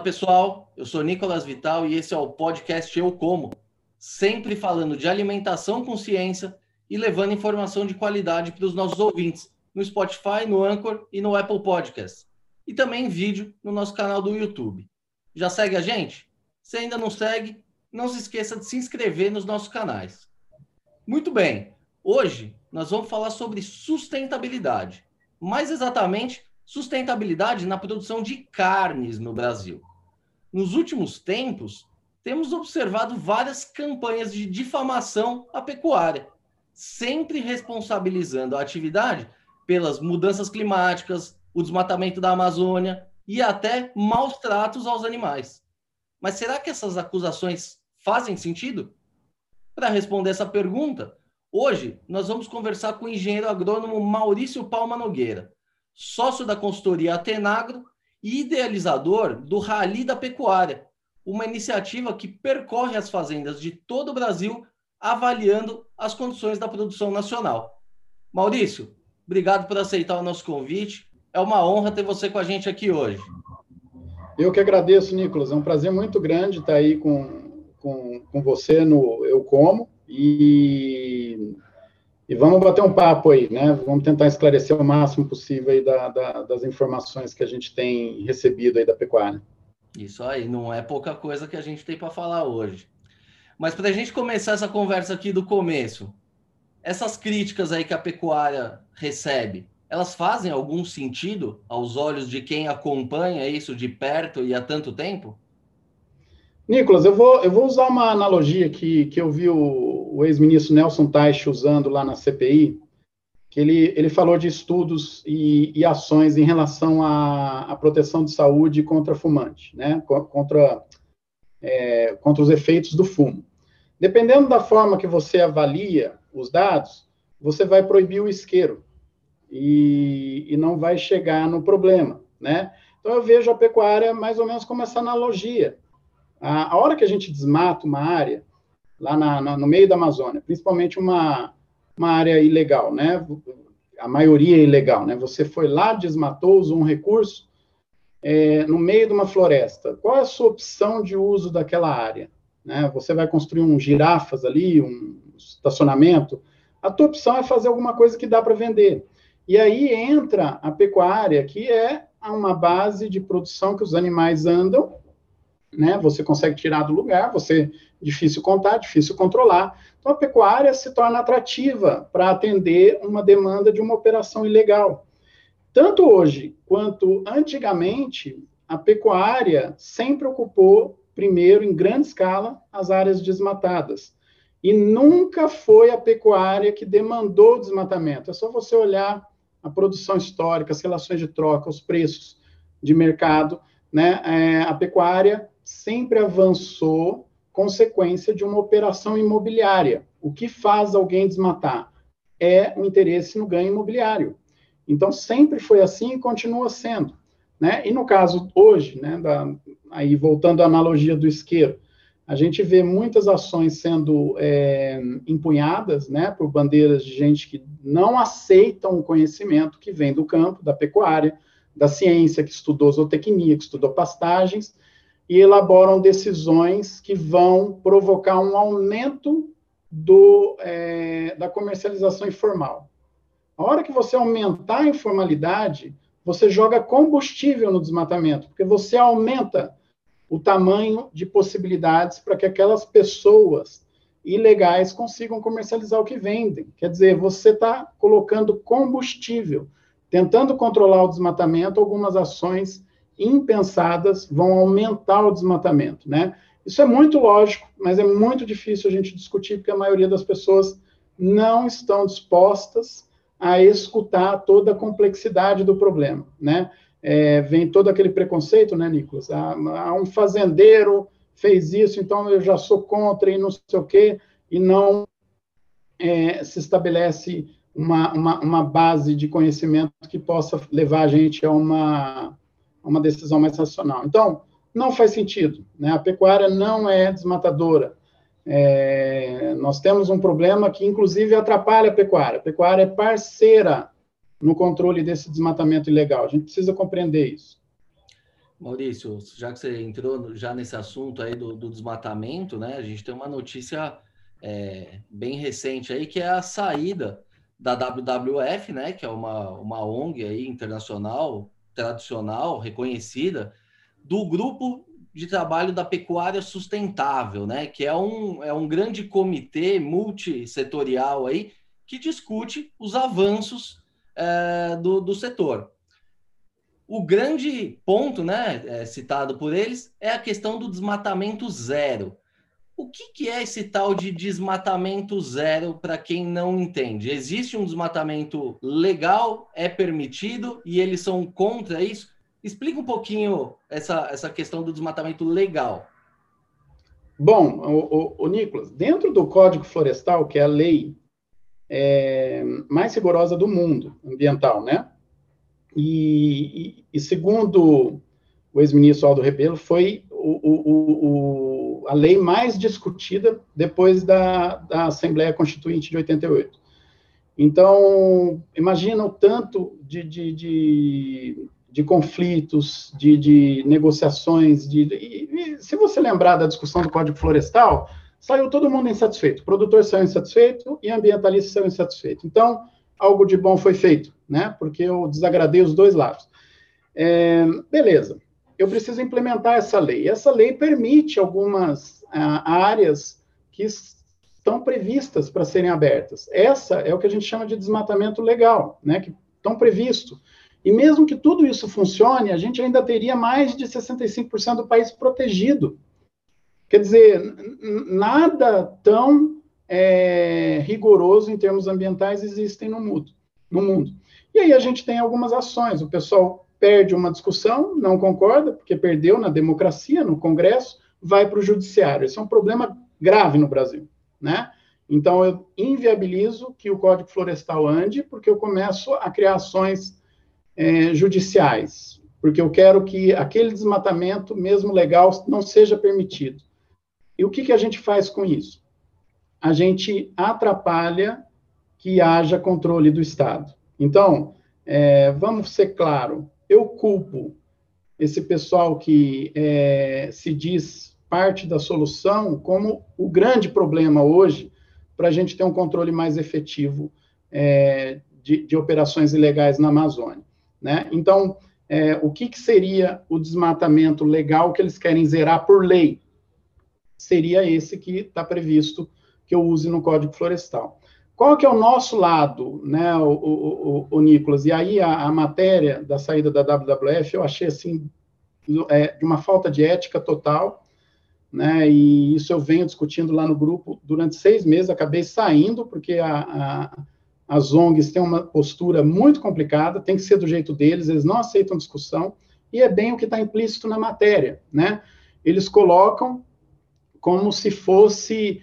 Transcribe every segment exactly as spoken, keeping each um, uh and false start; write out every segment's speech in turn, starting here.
pessoal, eu sou Nicolas Vital e esse é o podcast Eu Como, sempre falando de alimentação com ciência e levando informação de qualidade para os nossos ouvintes, no Spotify, no Anchor e no Apple Podcasts, e também em vídeo no nosso canal do YouTube. Já segue a gente? Se ainda não segue, não se esqueça de se inscrever nos nossos canais. Muito bem, hoje nós vamos falar sobre sustentabilidade, mais exatamente sustentabilidade na produção de carnes no Brasil. Nos últimos tempos, temos observado várias campanhas de difamação à pecuária, sempre responsabilizando a atividade pelas mudanças climáticas, o desmatamento da Amazônia e até maus tratos aos animais. Mas será que essas acusações fazem sentido? Para responder essa pergunta, hoje nós vamos conversar com o engenheiro agrônomo Maurício Palma Nogueira, sócio da consultoria Atenagro e idealizador do Rally da Pecuária, uma iniciativa que percorre as fazendas de todo o Brasil, avaliando as condições da produção nacional. Maurício, obrigado por aceitar o nosso convite. É uma honra ter você com a gente aqui hoje. Eu que agradeço, Nicolas. É um prazer muito grande estar aí com, com, com você no Eu Como. E... E vamos bater um papo aí, né? Vamos tentar esclarecer o máximo possível aí da, da, das informações que a gente tem recebido aí da pecuária. Isso aí, não é pouca coisa que a gente tem para falar hoje. Mas para a gente começar essa conversa aqui do começo, essas críticas aí que a pecuária recebe, elas fazem algum sentido aos olhos de quem acompanha isso de perto e há tanto tempo? Nicolas, eu vou, eu vou usar uma analogia que, que eu vi o, o ex-ministro Nelson Teich usando lá na C P I, que ele, ele falou de estudos e, e ações em relação à, à proteção de saúde contra fumante, né? contra, é, contra os efeitos do fumo. Dependendo da forma que você avalia os dados, você vai proibir o isqueiro e, e não vai chegar no problema, né? Então, eu vejo a pecuária mais ou menos como essa analogia. A hora que a gente desmata uma área, lá na, na, no meio da Amazônia, principalmente uma, uma área ilegal, né? A maioria é ilegal, né? Você foi lá, desmatou, usou um recurso é, no meio de uma floresta. Qual é a sua opção de uso daquela área? Né? Você vai construir um girafas ali, um estacionamento? A tua opção é fazer alguma coisa que dá para vender. E aí entra a pecuária, que é uma base de produção que os animais andam, né? Você consegue tirar do lugar, você difícil contar, difícil controlar. Então, a pecuária se torna atrativa para atender uma demanda de uma operação ilegal. Tanto hoje quanto antigamente, a pecuária sempre ocupou, primeiro, em grande escala, as áreas desmatadas. E nunca foi a pecuária que demandou o desmatamento. É só você olhar a produção histórica, as relações de troca, os preços de mercado, né? É, a pecuária sempre avançou consequência de uma operação imobiliária. O que faz alguém desmatar? É o interesse no ganho imobiliário. Então, sempre foi assim e continua sendo. Né? E no caso hoje, né, da, aí voltando à analogia do isqueiro, a gente vê muitas ações sendo é, empunhadas, né, por bandeiras de gente que não aceitam o conhecimento que vem do campo, da pecuária, da ciência, que estudou zootecnia, que estudou pastagens, e elaboram decisões que vão provocar um aumento do, é, da comercialização informal. A hora que você aumentar a informalidade, você joga combustível no desmatamento, porque você aumenta o tamanho de possibilidades para que aquelas pessoas ilegais consigam comercializar o que vendem. Quer dizer, você está colocando combustível, tentando controlar o desmatamento. Algumas ações impensadas vão aumentar o desmatamento, né? Isso é muito lógico, mas é muito difícil a gente discutir, porque a maioria das pessoas não estão dispostas a escutar toda a complexidade do problema, né? É, vem todo aquele preconceito, né, Nicolas? Ah, ah, um fazendeiro fez isso, então eu já sou contra e não sei o quê, e não é, se estabelece uma, uma, uma base de conhecimento que possa levar a gente a uma uma decisão mais racional. Então, não faz sentido, né? A pecuária não é desmatadora. É, nós temos um problema que, inclusive, atrapalha a pecuária. A pecuária é parceira no controle desse desmatamento ilegal. A gente precisa compreender isso. Maurício, já que você entrou já nesse assunto aí do, do desmatamento, né? A gente tem uma notícia é, bem recente aí, que é a saída da W W F, né? Que é uma, uma O N G aí internacional, tradicional, reconhecida, do grupo de trabalho da pecuária sustentável, né? Que é um, é um grande comitê multissetorial aí que discute os avanços é, do, do setor. O grande ponto, né, é, citado por eles, é a questão do desmatamento zero. O que, que é esse tal de desmatamento zero para quem não entende? Existe um desmatamento legal, é permitido e eles são contra isso? Explica um pouquinho essa, essa questão do desmatamento legal. Bom, o, o, o Nicolas, dentro do Código Florestal, que é a lei é, mais rigorosa do mundo ambiental, né? E, e, e segundo o ex-ministro Aldo Rebelo, foi o, o, o, a lei mais discutida depois da, da Assembleia Constituinte de oitenta e oito. Então, imagina o tanto de, de, de, de conflitos, de, de negociações, de, de, e, se você lembrar da discussão do Código Florestal, saiu todo mundo insatisfeito, o produtor saiu insatisfeito e o ambientalista saiu insatisfeito. Então, algo de bom foi feito, né? Porque eu desagradei os dois lados. É, beleza, eu preciso implementar essa lei. Essa lei permite algumas ah, áreas que estão previstas para serem abertas. Essa é o que a gente chama de desmatamento legal, né? Que estão previsto. E mesmo que tudo isso funcione, a gente ainda teria mais de sessenta e cinco por cento do país protegido. Quer dizer, nada tão é, rigoroso em termos ambientais existem no mundo, no mundo. E aí a gente tem algumas ações. O pessoal perde uma discussão, não concorda, porque perdeu na democracia, no Congresso, vai para o judiciário. Esse é um problema grave no Brasil, né? Então, eu inviabilizo que o Código Florestal ande, porque eu começo a criar ações é, judiciais, porque eu quero que aquele desmatamento, mesmo legal, não seja permitido. E o que, que a gente faz com isso? A gente atrapalha que haja controle do Estado. Então, é, vamos ser claro, eu culpo esse pessoal que é, se diz parte da solução como o grande problema hoje para a gente ter um controle mais efetivo é, de, de operações ilegais na Amazônia, né? Então, é, o que, que seria o desmatamento legal que eles querem zerar por lei? Seria esse que está previsto que eu use no Código Florestal. Qual que é o nosso lado, né, o, o, o, o Nicolas? E aí a, a matéria da saída da W W F eu achei, assim, é, de uma falta de ética total, né, e isso eu venho discutindo lá no grupo durante seis meses, acabei saindo, porque a, a, as O N Gs têm uma postura muito complicada, tem que ser do jeito deles, eles não aceitam discussão, e é bem o que está implícito na matéria, né? Eles colocam como se fosse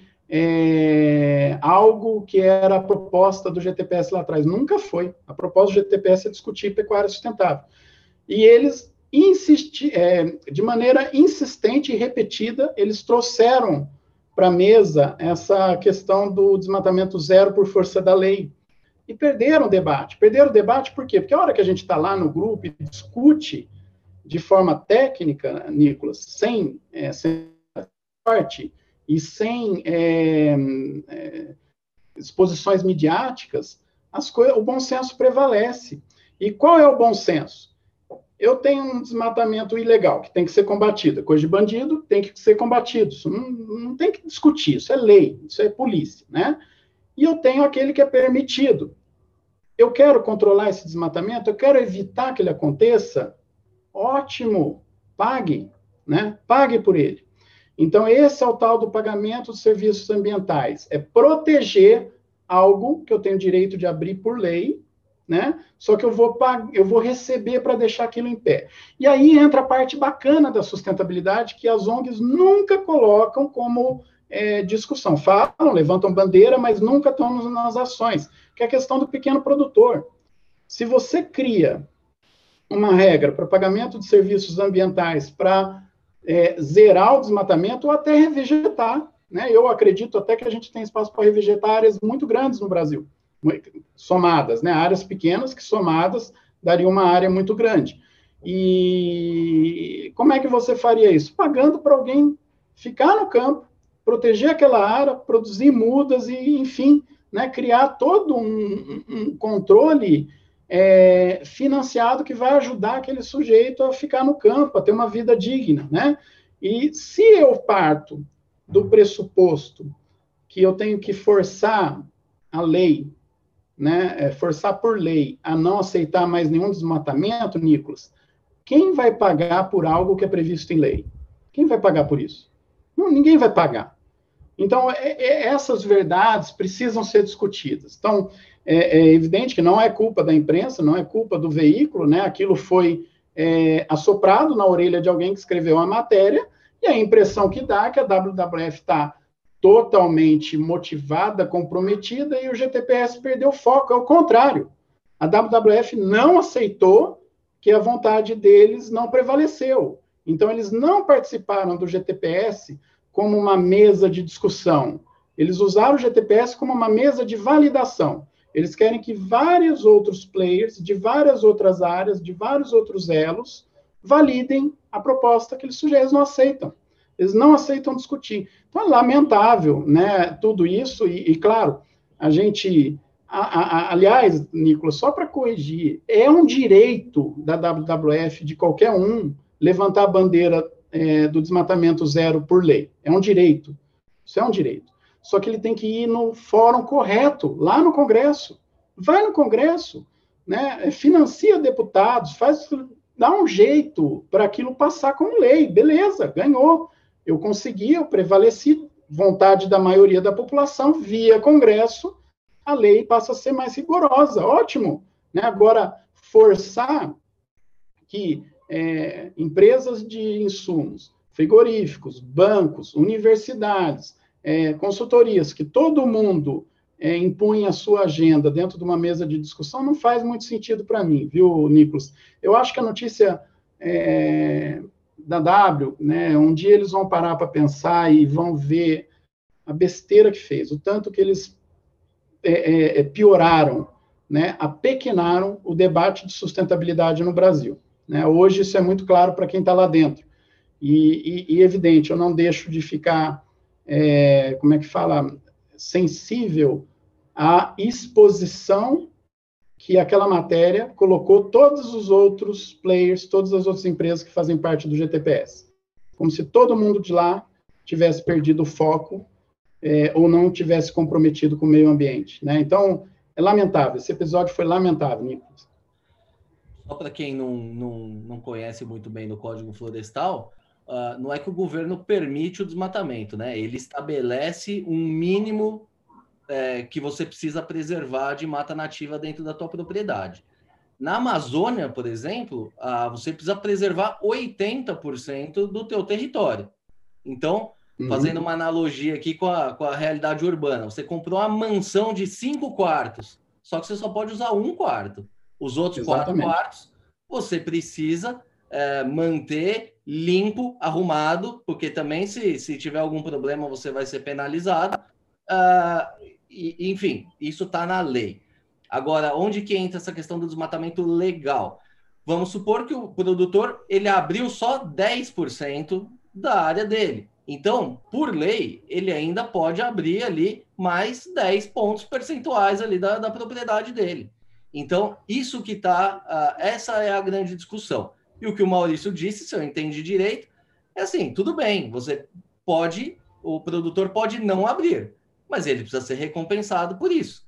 é, algo que era a proposta do G T P S lá atrás. Nunca foi. A proposta do G T P S é discutir pecuária sustentável. E eles, insisti, é, de maneira insistente e repetida, eles trouxeram para a mesa essa questão do desmatamento zero por força da lei. E perderam o debate. Perderam o debate por quê? Porque a hora que a gente está lá no grupo e discute de forma técnica, Nicolas, sem... É, sem parte e sem é, é, exposições midiáticas, as coisas, o bom senso prevalece. E qual é o bom senso? Eu tenho um desmatamento ilegal que tem que ser combatido. Coisa de bandido tem que ser combatido. Isso não, não tem que discutir, isso é lei, isso é polícia, né? E eu tenho aquele que é permitido. Eu quero controlar esse desmatamento, eu quero evitar que ele aconteça. Ótimo, pague, né? Pague por ele. Então, esse é o tal do pagamento de serviços ambientais. É proteger algo que eu tenho direito de abrir por lei, né? Só que eu vou, eu vou receber para deixar aquilo em pé. E aí entra a parte bacana da sustentabilidade, que as O N Gs nunca colocam como é, discussão. Falam, levantam bandeira, mas nunca estão nas ações, que é a questão do pequeno produtor. Se você cria uma regra para pagamento de serviços ambientais para É, zerar o desmatamento ou até revegetar, né? Eu acredito até que a gente tem espaço para revegetar áreas muito grandes no Brasil, somadas, né? Áreas pequenas que somadas dariam uma área muito grande. E como é que você faria isso? Pagando para alguém ficar no campo, proteger aquela área, produzir mudas e, enfim, né, criar todo um, um controle é, financiado que vai ajudar aquele sujeito a ficar no campo, a ter uma vida digna, né? E se eu parto do pressuposto que eu tenho que forçar a lei, né, é, forçar por lei a não aceitar mais nenhum desmatamento, Nicolas, quem vai pagar por algo que é previsto em lei? Quem vai pagar por isso? Não, ninguém vai pagar. Então, é, é, essas verdades precisam ser discutidas. Então, é, é evidente que não é culpa da imprensa, não é culpa do veículo, né? Aquilo foi é, assoprado na orelha de alguém que escreveu a matéria, e a impressão que dá é que a W W F está totalmente motivada, comprometida, e o G T P S perdeu o foco. É o contrário. A W W F não aceitou que a vontade deles não prevaleceu. Então, eles não participaram do G T P S como uma mesa de discussão. Eles usaram o G T P S como uma mesa de validação. Eles querem que vários outros players, de várias outras áreas, de vários outros elos, validem a proposta que eles sujeitos não aceitam. Eles não aceitam discutir. Então, é lamentável, né, tudo isso, e, e claro, a gente... A, a, aliás, Nicolas, só para corrigir, é um direito da W W F, de qualquer um, levantar a bandeira é, do desmatamento zero por lei. É um direito. Isso é um direito. Só que ele tem que ir no fórum correto, lá no Congresso. Vai no Congresso, né? Financia deputados, faz, dá um jeito para aquilo passar como lei. Beleza, ganhou. Eu consegui, eu prevaleci, vontade da maioria da população, via Congresso, a lei passa a ser mais rigorosa. Ótimo. Né? Agora, forçar que é, empresas de insumos, frigoríficos, bancos, universidades, é, consultorias, que todo mundo é, impunha a sua agenda dentro de uma mesa de discussão, não faz muito sentido para mim, viu, Nicolas? Eu acho que a notícia é, da W, né, um dia eles vão parar para pensar e vão ver a besteira que fez, o tanto que eles é, é, pioraram, né, apequenaram o debate de sustentabilidade no Brasil. Né? Hoje isso é muito claro para quem está lá dentro. E, e, e, evidente, eu não deixo de ficar, é, como é que fala, sensível à exposição que aquela matéria colocou todos os outros players, todas as outras empresas que fazem parte do G T P S. Como se todo mundo de lá tivesse perdido o foco é, ou não tivesse comprometido com o meio ambiente. Né? Então, é lamentável. Esse episódio foi lamentável, Nicolas. Só para quem não, não, não conhece muito bem do Código Florestal, uh, não é que o governo permite o desmatamento, né? Ele estabelece um mínimo é, que você precisa preservar de mata nativa dentro da tua propriedade. Na Amazônia, por exemplo, uh, você precisa preservar oitenta por cento do teu território. Então, uhum. fazendo uma analogia aqui com a, com a realidade urbana, você comprou uma mansão de cinco quartos, só que você só pode usar um quarto. Os outros Exatamente. quatro quartos, você precisa é, manter limpo, arrumado, porque também se, se tiver algum problema, você vai ser penalizado. Uh, e, enfim, isso está na lei. Agora, onde que entra essa questão do desmatamento legal? Vamos supor que o produtor ele abriu só dez por cento da área dele. Então, por lei, ele ainda pode abrir ali mais dez pontos percentuais ali da, da propriedade dele. Então, isso que está... Uh, essa é a grande discussão. E o que o Maurício disse, se eu entendi direito, é assim, tudo bem, você pode, o produtor pode não abrir, mas ele precisa ser recompensado por isso.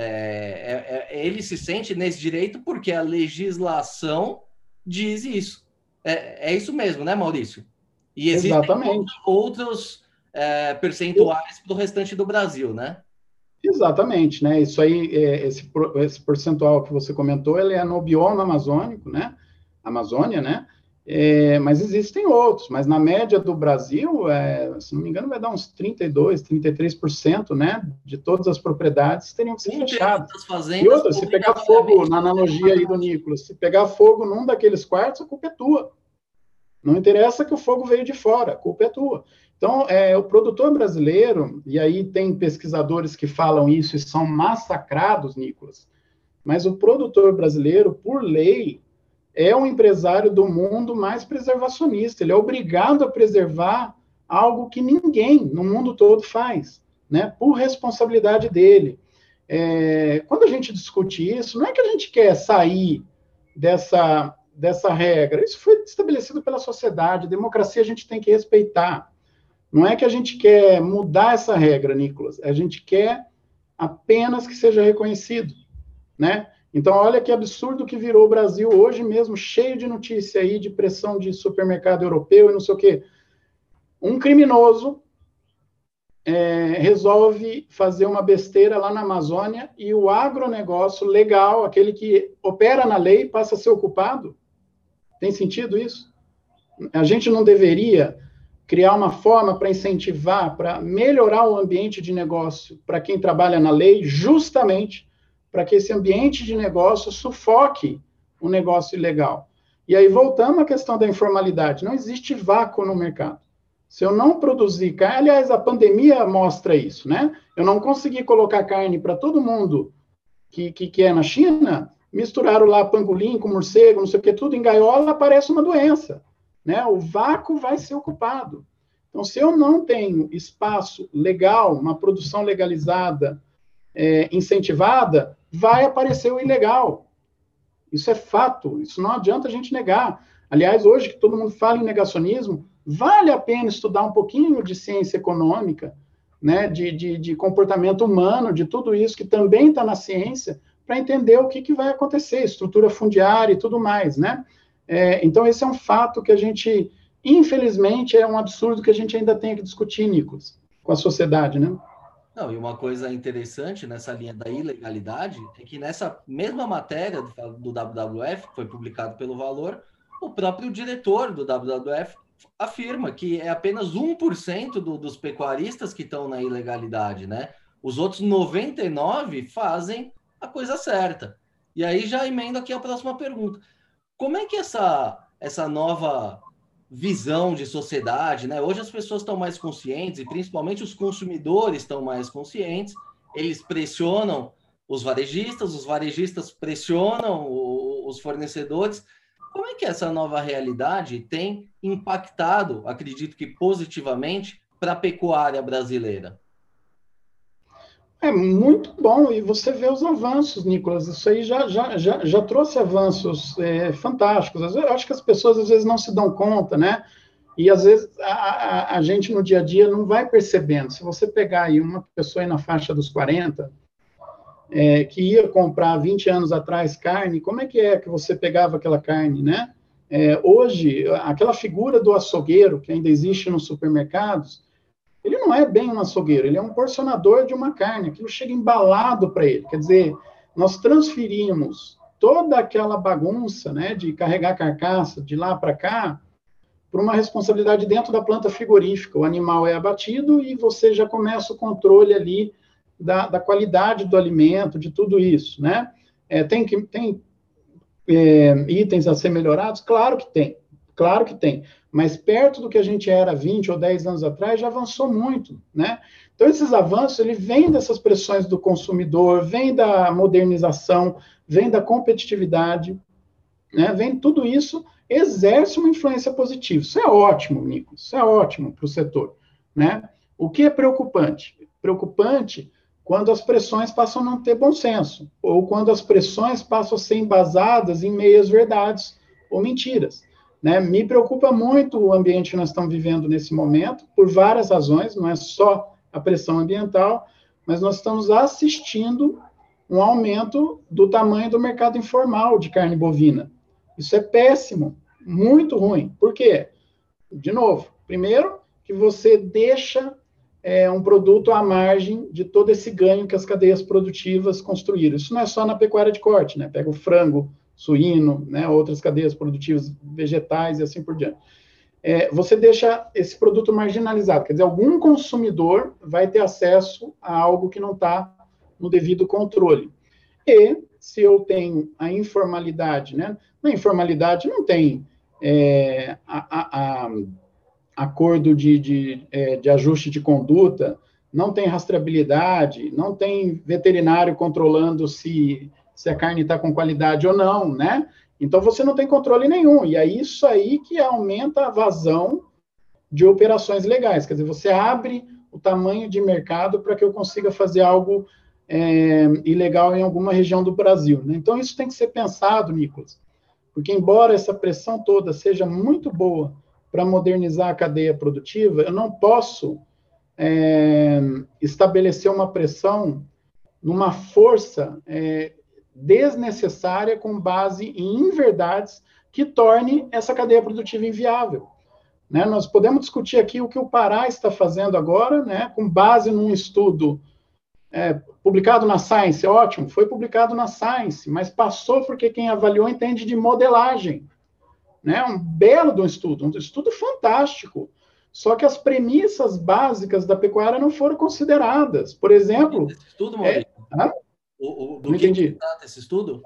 É, é, é, ele se sente nesse direito porque a legislação diz isso. É, é isso mesmo, né, Maurício? E existem Exatamente. outros é, percentuais para o restante do Brasil, né? Exatamente, né? Isso aí, esse, esse percentual que você comentou, ele é no bioma amazônico, né? Amazônia, né? É, mas existem outros, mas na média do Brasil, é, se não me engano, vai dar uns trinta e dois, trinta e três por cento, né? De todas as propriedades teriam que ser um fechadas. E outra, se pegar fogo, na analogia aí do Nicolas, se pegar fogo num daqueles quartos, a culpa é tua. Não interessa que o fogo veio de fora, a culpa é tua. Então, é, o produtor brasileiro, e aí tem pesquisadores que falam isso e são massacrados, Nicolas, mas o produtor brasileiro, por lei, é um empresário do mundo mais preservacionista, ele é obrigado a preservar algo que ninguém no mundo todo faz, né, por responsabilidade dele. É, quando a gente discute isso, não é que a gente quer sair dessa, dessa regra, isso foi estabelecido pela sociedade, democracia a gente tem que respeitar. Não é que a gente quer mudar essa regra, Nicolas, a gente quer apenas que seja reconhecido, né? Então, olha que absurdo que virou o Brasil hoje mesmo, cheio de notícia aí, de pressão de supermercado europeu e não sei o quê. Um criminoso é, resolve fazer uma besteira lá na Amazônia e o agronegócio legal, aquele que opera na lei, passa a ser ocupado? Tem sentido isso? A gente não deveria criar uma forma para incentivar, para melhorar o ambiente de negócio para quem trabalha na lei, justamente para que esse ambiente de negócio sufoque o negócio ilegal. E aí voltamos à questão da informalidade. Não existe vácuo no mercado. Se eu não produzir carne, aliás, a pandemia mostra isso, né? Eu não consegui colocar carne para todo mundo que, que, que é na China, misturaram lá pangolim com morcego, não sei o que, tudo em gaiola, aparece uma doença, né? O vácuo vai ser ocupado. Então, se eu não tenho espaço legal, uma produção legalizada, é, incentivada, vai aparecer o ilegal. Isso é fato, isso não adianta a gente negar. Aliás, hoje que todo mundo fala em negacionismo, vale a pena estudar um pouquinho de ciência econômica, né, de, de, de comportamento humano, de tudo isso que também está na ciência, para entender o que, que vai acontecer, estrutura fundiária e tudo mais, né? É, então, esse é um fato que a gente, infelizmente, é um absurdo que a gente ainda tem que discutir, Nicolas, com a sociedade, né? Não, e uma coisa interessante nessa linha da ilegalidade é que nessa mesma matéria do W W F, que foi publicado pelo Valor, o próprio diretor do W W F afirma que é apenas um por cento do, dos pecuaristas que estão na ilegalidade, né? Os outros noventa e nove por cento fazem a coisa certa. E aí já emendo aqui a próxima pergunta. Como é que essa, essa nova visão de sociedade, né? Hoje as pessoas estão mais conscientes e principalmente os consumidores estão mais conscientes, eles pressionam os varejistas, os varejistas pressionam os fornecedores. Como é que essa nova realidade tem impactado, acredito que positivamente, para a pecuária brasileira? É muito bom, e você vê os avanços, Nicolas, isso aí já, já, já, já trouxe avanços é, fantásticos. Eu acho que as pessoas às vezes não se dão conta, né? E às vezes a, a, a gente no dia a dia não vai percebendo. Se você pegar aí uma pessoa aí na faixa dos quarenta, é, que ia comprar vinte anos atrás carne, como é que é que você pegava aquela carne, né? É, hoje, aquela figura do açougueiro que ainda existe nos supermercados, ele não é bem um açougueiro, ele é um porcionador de uma carne, aquilo chega embalado para ele. Quer dizer, nós transferimos toda aquela bagunça, né, de carregar carcaça de lá para cá, por uma responsabilidade dentro da planta frigorífica. O animal é abatido e você já começa o controle ali da, da qualidade do alimento, de tudo isso, né? É, tem que, tem é, itens a ser melhorados? Claro que tem, claro que tem. Mas perto do que a gente era vinte ou dez anos atrás, já avançou muito, né? Então, esses avanços, ele vem dessas pressões do consumidor, vem da modernização, vem da competitividade, né? Vem tudo isso, exerce uma influência positiva. Isso é ótimo, Nico, isso é ótimo para o setor, né? O que é preocupante? Preocupante quando as pressões passam a não ter bom senso, ou quando as pressões passam a ser embasadas em meias verdades ou mentiras. Né? Me preocupa muito o ambiente que nós estamos vivendo nesse momento, por várias razões, não é só a pressão ambiental, mas nós estamos assistindo um aumento do tamanho do mercado informal de carne bovina. Isso é péssimo, muito ruim. Por quê? De novo, primeiro, que você deixa é, um produto à margem de todo esse ganho que as cadeias produtivas construíram. Isso não é só na pecuária de corte, né? Pega o frango, suíno, né, outras cadeias produtivas vegetais e assim por diante. É, você deixa esse produto marginalizado, quer dizer, algum consumidor vai ter acesso a algo que não está no devido controle. E, se eu tenho a informalidade, né, na informalidade não tem é, a, a, a, acordo de, de, é, de ajuste de conduta, não tem rastreabilidade, não tem veterinário controlando se se a carne está com qualidade ou não, né? Então, você não tem controle nenhum. E é isso aí que aumenta a vazão de operações ilegais. Quer dizer, você abre o tamanho de mercado para que eu consiga fazer algo é, ilegal em alguma região do Brasil, né? Então, isso tem que ser pensado, Nicolas, porque embora essa pressão toda seja muito boa para modernizar a cadeia produtiva, eu não posso é, estabelecer uma pressão numa força é, desnecessária com base em inverdades que torne essa cadeia produtiva inviável. Né? Nós podemos discutir aqui o que o Pará está fazendo agora, né, com base num estudo é, publicado na Science, ótimo, foi publicado na Science, mas passou porque quem avaliou entende de modelagem. Né? Um belo de um estudo, um estudo fantástico. Só que as premissas básicas da pecuária não foram consideradas. Por exemplo... Esse estudo, Maurício? É, o, o, do não que entendi. trata esse estudo?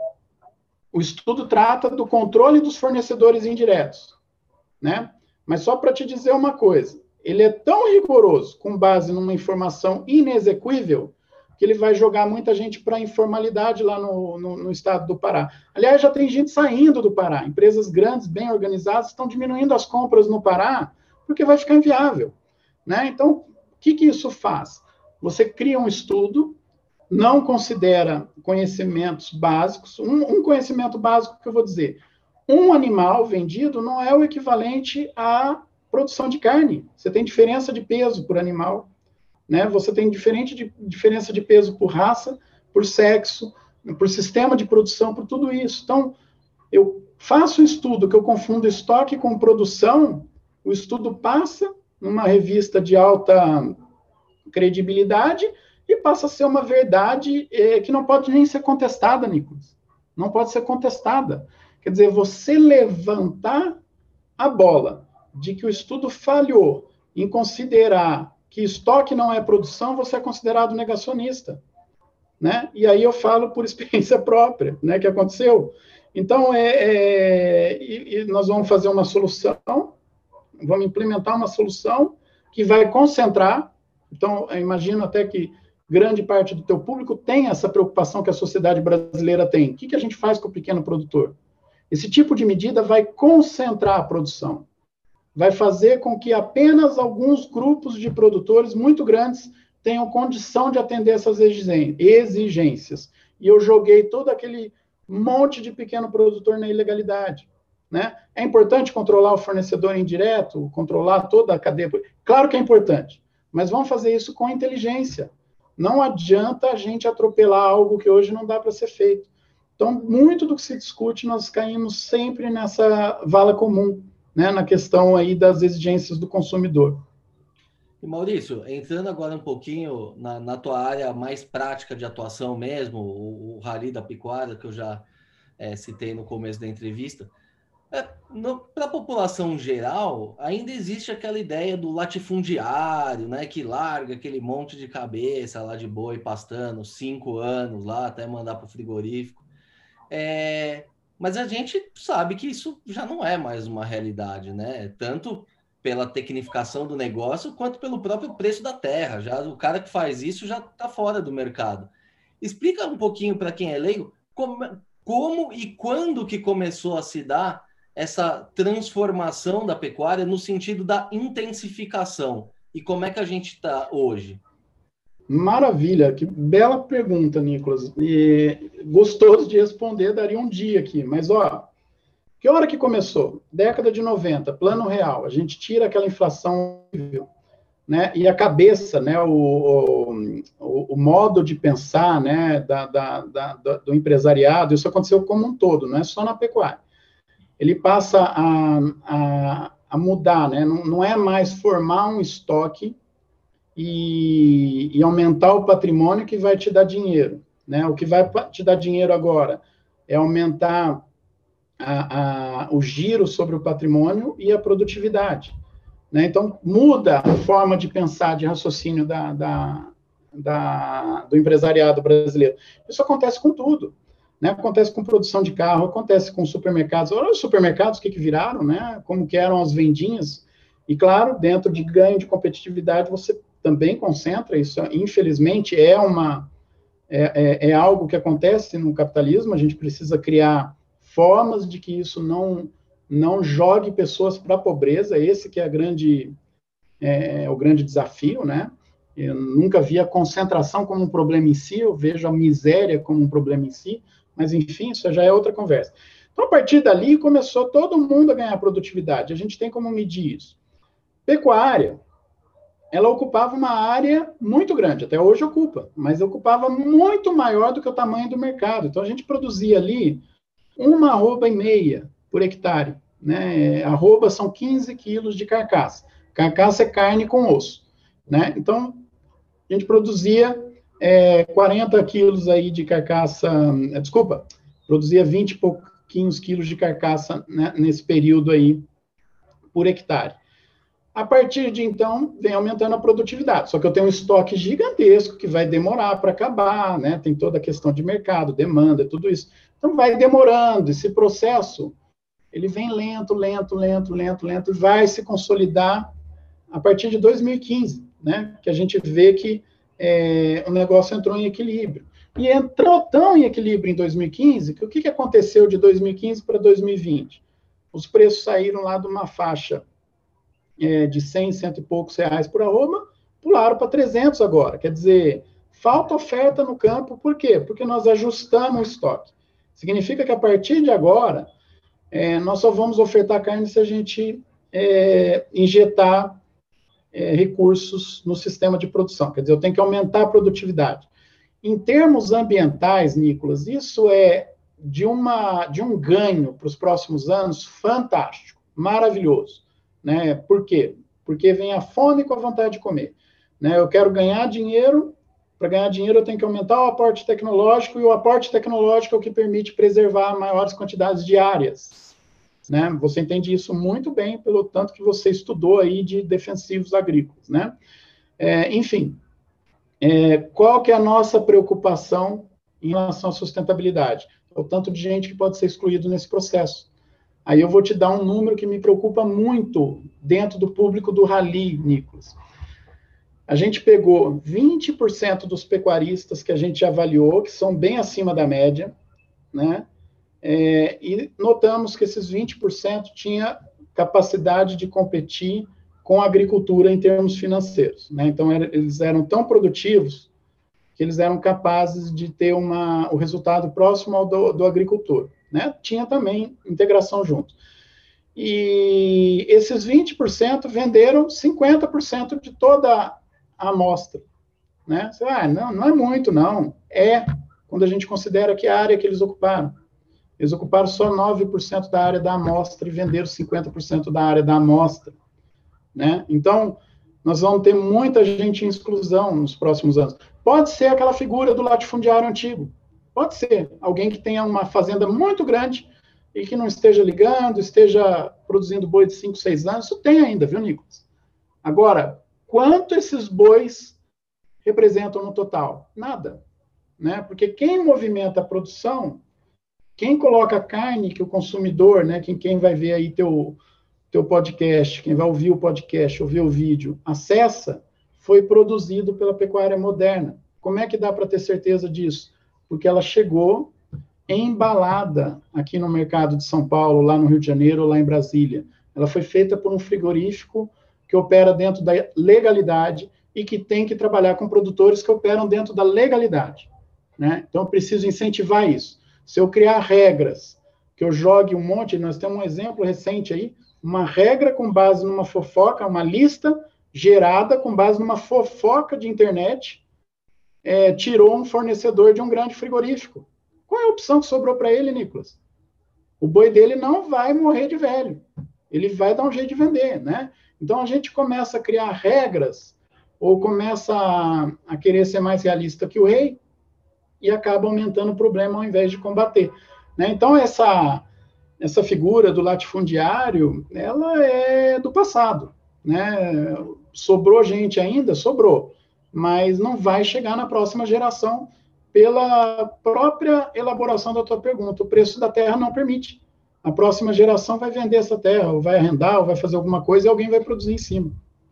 O estudo trata do controle dos fornecedores indiretos. Né? Mas só para te dizer uma coisa, ele é tão rigoroso, com base numa informação inexequível, que ele vai jogar muita gente para a informalidade lá no, no, no estado do Pará. Aliás, já tem gente saindo do Pará. Empresas grandes, bem organizadas, estão diminuindo as compras no Pará, porque vai ficar inviável. Né? Então, o que, que isso faz? Você cria um estudo, não considera conhecimentos básicos. Um, um conhecimento básico que eu vou dizer, um animal vendido não é o equivalente à produção de carne. Você tem diferença de peso por animal, né? Você tem diferente de, diferença de peso por raça, por sexo, por sistema de produção, por tudo isso. Então, eu faço um estudo que eu confundo estoque com produção, o estudo passa numa revista de alta credibilidade e passa a ser uma verdade eh, que não pode nem ser contestada, Nicolas. Não pode ser contestada. Quer dizer, você levantar a bola de que o estudo falhou em considerar que estoque não é produção, você é considerado negacionista. Né? E aí eu falo por experiência própria, né, que aconteceu. Então, é, é, e, e nós vamos fazer uma solução, vamos implementar uma solução que vai concentrar. Então, eu imagino até que grande parte do teu público tem essa preocupação que a sociedade brasileira tem. O que, que a gente faz com o pequeno produtor? Esse tipo de medida vai concentrar a produção, vai fazer com que apenas alguns grupos de produtores muito grandes tenham condição de atender essas exigências. E eu joguei todo aquele monte de pequeno produtor na ilegalidade. Né? É importante controlar o fornecedor indireto, controlar toda a cadeia? Claro que é importante, mas vamos fazer isso com inteligência. Não adianta a gente atropelar algo que hoje não dá para ser feito. Então, muito do que se discute, nós caímos sempre nessa vala comum, né, na questão aí das exigências do consumidor. E Maurício, entrando agora um pouquinho na, na tua área mais prática de atuação mesmo, o, o rally da pecuária, que eu já é, citei no começo da entrevista, é, para a população geral, ainda existe aquela ideia do latifundiário, né, que larga aquele monte de cabeça lá de boi pastando cinco anos lá, até mandar para o frigorífico. É, mas a gente sabe que isso já não é mais uma realidade, né? Tanto pela tecnificação do negócio, quanto pelo próprio preço da terra. Já, o cara que faz isso já está fora do mercado. Explica um pouquinho para quem é leigo como, como e quando que começou a se dar essa transformação da pecuária no sentido da intensificação. E como é que a gente está hoje? Maravilha, que bela pergunta, Nicolas. E gostoso de responder, daria um dia aqui. Mas, ó, que hora que começou? Década de noventa, plano real. A gente tira aquela inflação, né? E a cabeça, né? O, o, o modo de pensar, né? Da, da, da, do empresariado, isso aconteceu como um todo, não é só na pecuária. Ele passa a, a, a mudar, né? Não, não é mais formar um estoque E, e aumentar o patrimônio que vai te dar dinheiro. Né? O que vai te dar dinheiro agora é aumentar a, a, o giro sobre o patrimônio e a produtividade. Né? Então, muda a forma de pensar, de raciocínio da, da, da, do empresariado brasileiro. Isso acontece com tudo. Né? Acontece com produção de carro, acontece com supermercados. Olha os supermercados, o que, que viraram, né? Como que eram as vendinhas. E, claro, dentro de ganho de competitividade, você também concentra, isso infelizmente é uma, é, é, é algo que acontece no capitalismo, a gente precisa criar formas de que isso não, não jogue pessoas para a pobreza, esse que é, a grande, é, é o grande desafio, né? Eu nunca vi a concentração como um problema em si, eu vejo a miséria como um problema em si, mas, enfim, isso já é outra conversa. Então, a partir dali, começou todo mundo a ganhar produtividade. A gente tem como medir isso. Pecuária, ela ocupava uma área muito grande, até hoje ocupa, mas ocupava muito maior do que o tamanho do mercado. Então, a gente produzia ali uma arroba e meia por hectare, né? Arroba são quinze quilos de carcaça. Carcaça é carne com osso, né? Então, a gente produzia é, quarenta quilos aí de carcaça, desculpa, produzia vinte e pouquinhos quilos de carcaça, né, nesse período aí, por hectare. A partir de então, vem aumentando a produtividade, só que eu tenho um estoque gigantesco que vai demorar para acabar, né, tem toda a questão de mercado, demanda, tudo isso. Então, vai demorando, esse processo, ele vem lento, lento, lento, lento, lento, e vai se consolidar a partir de dois mil e quinze, né, que a gente vê que é, o negócio entrou em equilíbrio. E entrou tão em equilíbrio em dois mil e quinze, que o que, que aconteceu de dois mil e quinze para dois mil e vinte? Os preços saíram lá de uma faixa é, de cem, cento e poucos reais por arroba, pularam para trezentos agora. Quer dizer, falta oferta no campo, por quê? Porque nós ajustamos o estoque. Significa que a partir de agora, é, nós só vamos ofertar carne se a gente é, injetar É, recursos no sistema de produção, quer dizer, eu tenho que aumentar a produtividade. Em termos ambientais, Nicolas, isso é de, uma, de um ganho para os próximos anos fantástico, maravilhoso, né? Por quê? Porque vem a fome com a vontade de comer, né? Eu quero ganhar dinheiro, para ganhar dinheiro eu tenho que aumentar o aporte tecnológico, e o aporte tecnológico é o que permite preservar maiores quantidades de áreas. Né? Você entende isso muito bem pelo tanto que você estudou aí de defensivos agrícolas, né? É, enfim, é, qual que é a nossa preocupação em relação à sustentabilidade? O tanto de gente que pode ser excluído nesse processo. Aí eu vou te dar um número que me preocupa muito dentro do público do Rally, Nicolas. A gente pegou vinte por cento dos pecuaristas que a gente avaliou, que são bem acima da média, né? É, e notamos que esses vinte por cento tinha capacidade de competir com a agricultura em termos financeiros, né? Então, era, eles eram tão produtivos que eles eram capazes de ter uma, o resultado próximo ao do, do agricultor, né? Tinha também integração junto. E esses vinte por cento venderam cinquenta por cento de toda a amostra, né? Você, ah, não, não é muito, não. É, quando a gente considera que a área que eles ocuparam. Eles ocuparam só nove por cento da área da amostra e venderam cinquenta por cento da área da amostra, né? Então, nós vamos ter muita gente em exclusão nos próximos anos. Pode ser aquela figura do latifundiário antigo. Pode ser alguém que tenha uma fazenda muito grande e que não esteja ligando, esteja produzindo boi de cinco, seis anos. Isso tem ainda, viu, Nicolas? Agora, quanto esses bois representam no total? Nada, né? Porque quem movimenta a produção... Quem coloca a carne que o consumidor, né, quem, quem vai ver aí teu, teu podcast, quem vai ouvir o podcast, ouvir o vídeo, acessa, foi produzido pela pecuária moderna. Como é que dá para ter certeza disso? Porque ela chegou embalada aqui no mercado de São Paulo, lá no Rio de Janeiro, lá em Brasília. Ela foi feita por um frigorífico que opera dentro da legalidade e que tem que trabalhar com produtores que operam dentro da legalidade, né? Então, eu preciso incentivar isso. Se eu criar regras, que eu jogue um monte, nós temos um exemplo recente aí, uma regra com base numa fofoca, uma lista gerada com base numa fofoca de internet, é, tirou um fornecedor de um grande frigorífico. Qual é a opção que sobrou para ele, Nicolas? O boi dele não vai morrer de velho. Ele vai dar um jeito de vender, né? Então, a gente começa a criar regras, ou começa a, a querer ser mais realista que o rei, e acaba aumentando o problema ao invés de combater, né? Então, essa, essa figura do latifundiário, ela é do passado, né? Sobrou gente ainda? Sobrou, mas não vai chegar na próxima geração pela própria elaboração da tua pergunta. O preço da terra não permite. A próxima geração vai vender essa terra, ou vai arrendar, ou vai fazer alguma coisa, e alguém vai produzir em cima.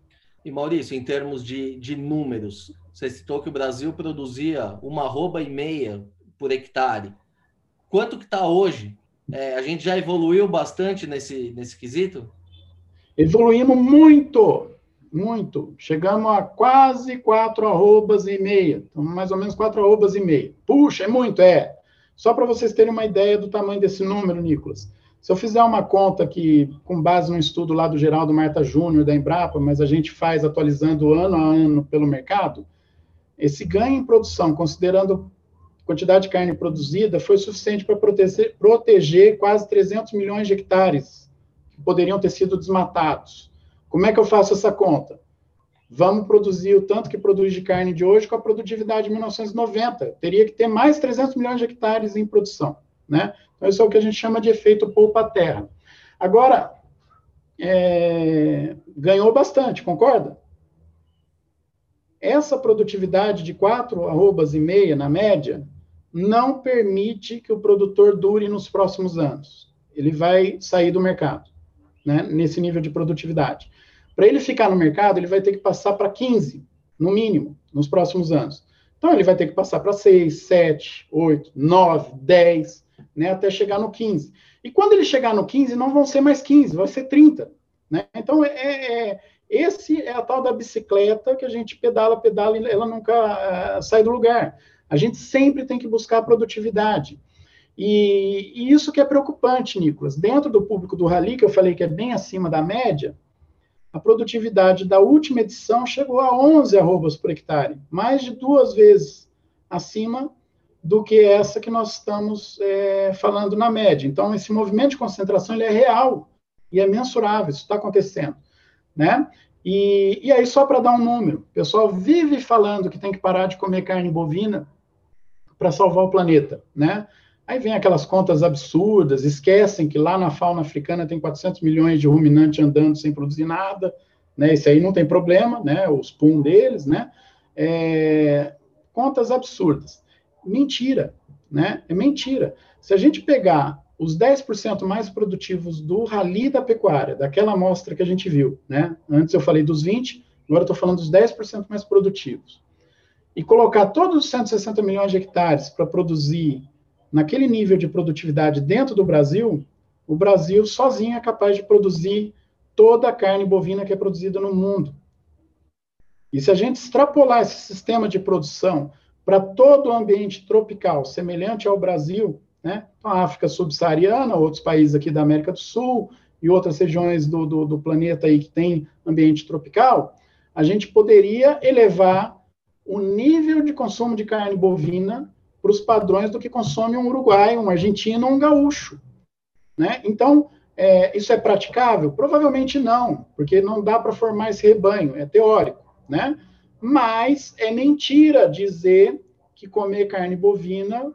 E Maurício, em termos de, de números, você citou que o Brasil produzia uma arroba e meia por hectare. Quanto que está hoje? É, a gente já evoluiu bastante nesse, nesse quesito? Evoluímos muito, muito. Chegamos a quase quatro arrobas e meia. Então, mais ou menos quatro arrobas e meia. Puxa, é muito, é. Só para vocês terem uma ideia do tamanho desse número, Nicolas. Se eu fizer uma conta aqui, com base no estudo lá do Geraldo Marta Júnior, da Embrapa, mas a gente faz atualizando ano a ano pelo mercado, esse ganho em produção, considerando a quantidade de carne produzida, foi suficiente para proteger, proteger quase trezentos milhões de hectares que poderiam ter sido desmatados. Como é que eu faço essa conta? Vamos produzir o tanto que produz de carne de hoje com a produtividade de mil novecentos e noventa. Teria que ter mais trezentos milhões de hectares em produção, né? Então, isso é o que a gente chama de efeito poupa-terra. Agora, é, ganhou bastante, concorda? Essa produtividade de quatro arrobas e meia, na média, não permite que o produtor dure nos próximos anos. Ele vai sair do mercado, né, nesse nível de produtividade. Para ele ficar no mercado, ele vai ter que passar para quinze, no mínimo, nos próximos anos. Então, ele vai ter que passar para seis, sete, oito, nove, dez, né, até chegar no quinze. E quando ele chegar no quinze, não vão ser mais quinze, vai ser trinta. Né? Então, é, é, esse é a tal da bicicleta que a gente pedala, pedala e ela nunca uh, sai do lugar. A gente sempre tem que buscar a produtividade. E, e isso que é preocupante, Nicolas. Dentro do público do Rally, que eu falei que é bem acima da média, a produtividade da última edição chegou a onze arrobas por hectare, mais de duas vezes acima do que essa que nós estamos é, falando na média. Então, esse movimento de concentração ele é real e é mensurável, isso está acontecendo, né? E, e aí, só para dar um número, o pessoal vive falando que tem que parar de comer carne bovina para salvar o planeta, né? Aí vem aquelas contas absurdas, esquecem que lá na fauna africana tem quatrocentos milhões de ruminantes andando sem produzir nada, né? Esse aí não tem problema, né? Os pum deles, né? É, contas absurdas. Mentira, né? É mentira. Se a gente pegar os dez por cento mais produtivos do Rally da pecuária, daquela amostra que a gente viu, né? Antes eu falei dos vinte, agora eu estou falando dos dez por cento mais produtivos. E colocar todos os cento e sessenta milhões de hectares para produzir naquele nível de produtividade dentro do Brasil, o Brasil sozinho é capaz de produzir toda a carne bovina que é produzida no mundo. E se a gente extrapolar esse sistema de produção para todo o ambiente tropical, semelhante ao Brasil, né? Então, a África subsaariana, outros países aqui da América do Sul e outras regiões do, do, do planeta aí que tem ambiente tropical, a gente poderia elevar o nível de consumo de carne bovina para os padrões do que consome um uruguaio, um argentino ou um gaúcho, né? Então, é, isso é praticável? Provavelmente não, porque não dá para formar esse rebanho, é teórico, né? Mas é mentira dizer que comer carne bovina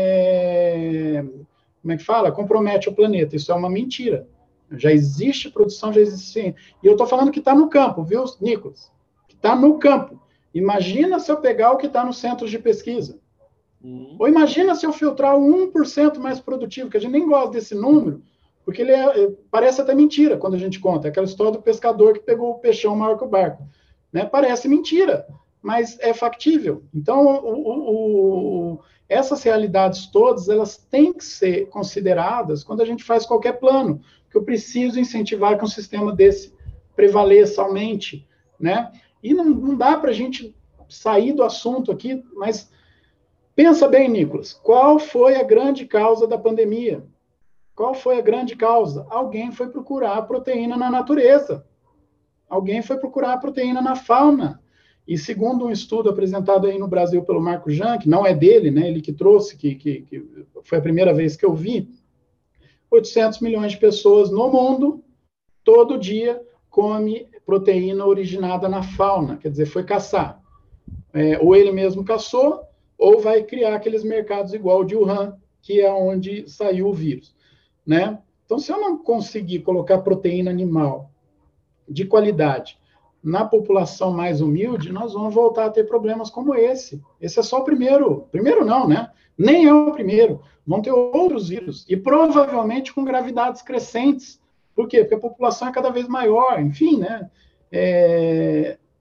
é, como é que fala? Compromete o planeta. Isso é uma mentira. Já existe produção, já existe ciência. E eu estou falando que está no campo, viu, Nicolas? Que está no campo. Imagina se eu pegar o que está nos centros de pesquisa. Uhum. Ou imagina se eu filtrar o um por cento mais produtivo, que a gente nem gosta desse número, porque ele é, parece até mentira quando a gente conta. É aquela história do pescador que pegou o peixão maior que o barco. Né? Parece mentira, mas é factível. Então, o, o, o, essas realidades todas, elas têm que ser consideradas quando a gente faz qualquer plano, que eu preciso incentivar que um sistema desse prevaleça, aumente, né? E não, não dá para a gente sair do assunto aqui, mas pensa bem, Nicolas, qual foi a grande causa da pandemia? Qual foi a grande causa? Alguém foi procurar proteína na natureza. Alguém foi procurar proteína na fauna. E segundo um estudo apresentado aí no Brasil pelo Marco Jean, que não é dele, né, ele que trouxe, que, que, que foi a primeira vez que eu vi, oitocentos milhões de pessoas no mundo, todo dia, come proteína originada na fauna, quer dizer, foi caçar. É, ou ele mesmo caçou, ou vai criar aqueles mercados igual o de Wuhan, que é onde saiu o vírus. Né? Então, se eu não conseguir colocar proteína animal de qualidade na população mais humilde, nós vamos voltar a ter problemas como esse. Esse é só o primeiro. Primeiro não, né? Nem é o primeiro. Vão ter outros vírus. E provavelmente com gravidades crescentes. Por quê? Porque a população é cada vez maior. Enfim, né? É...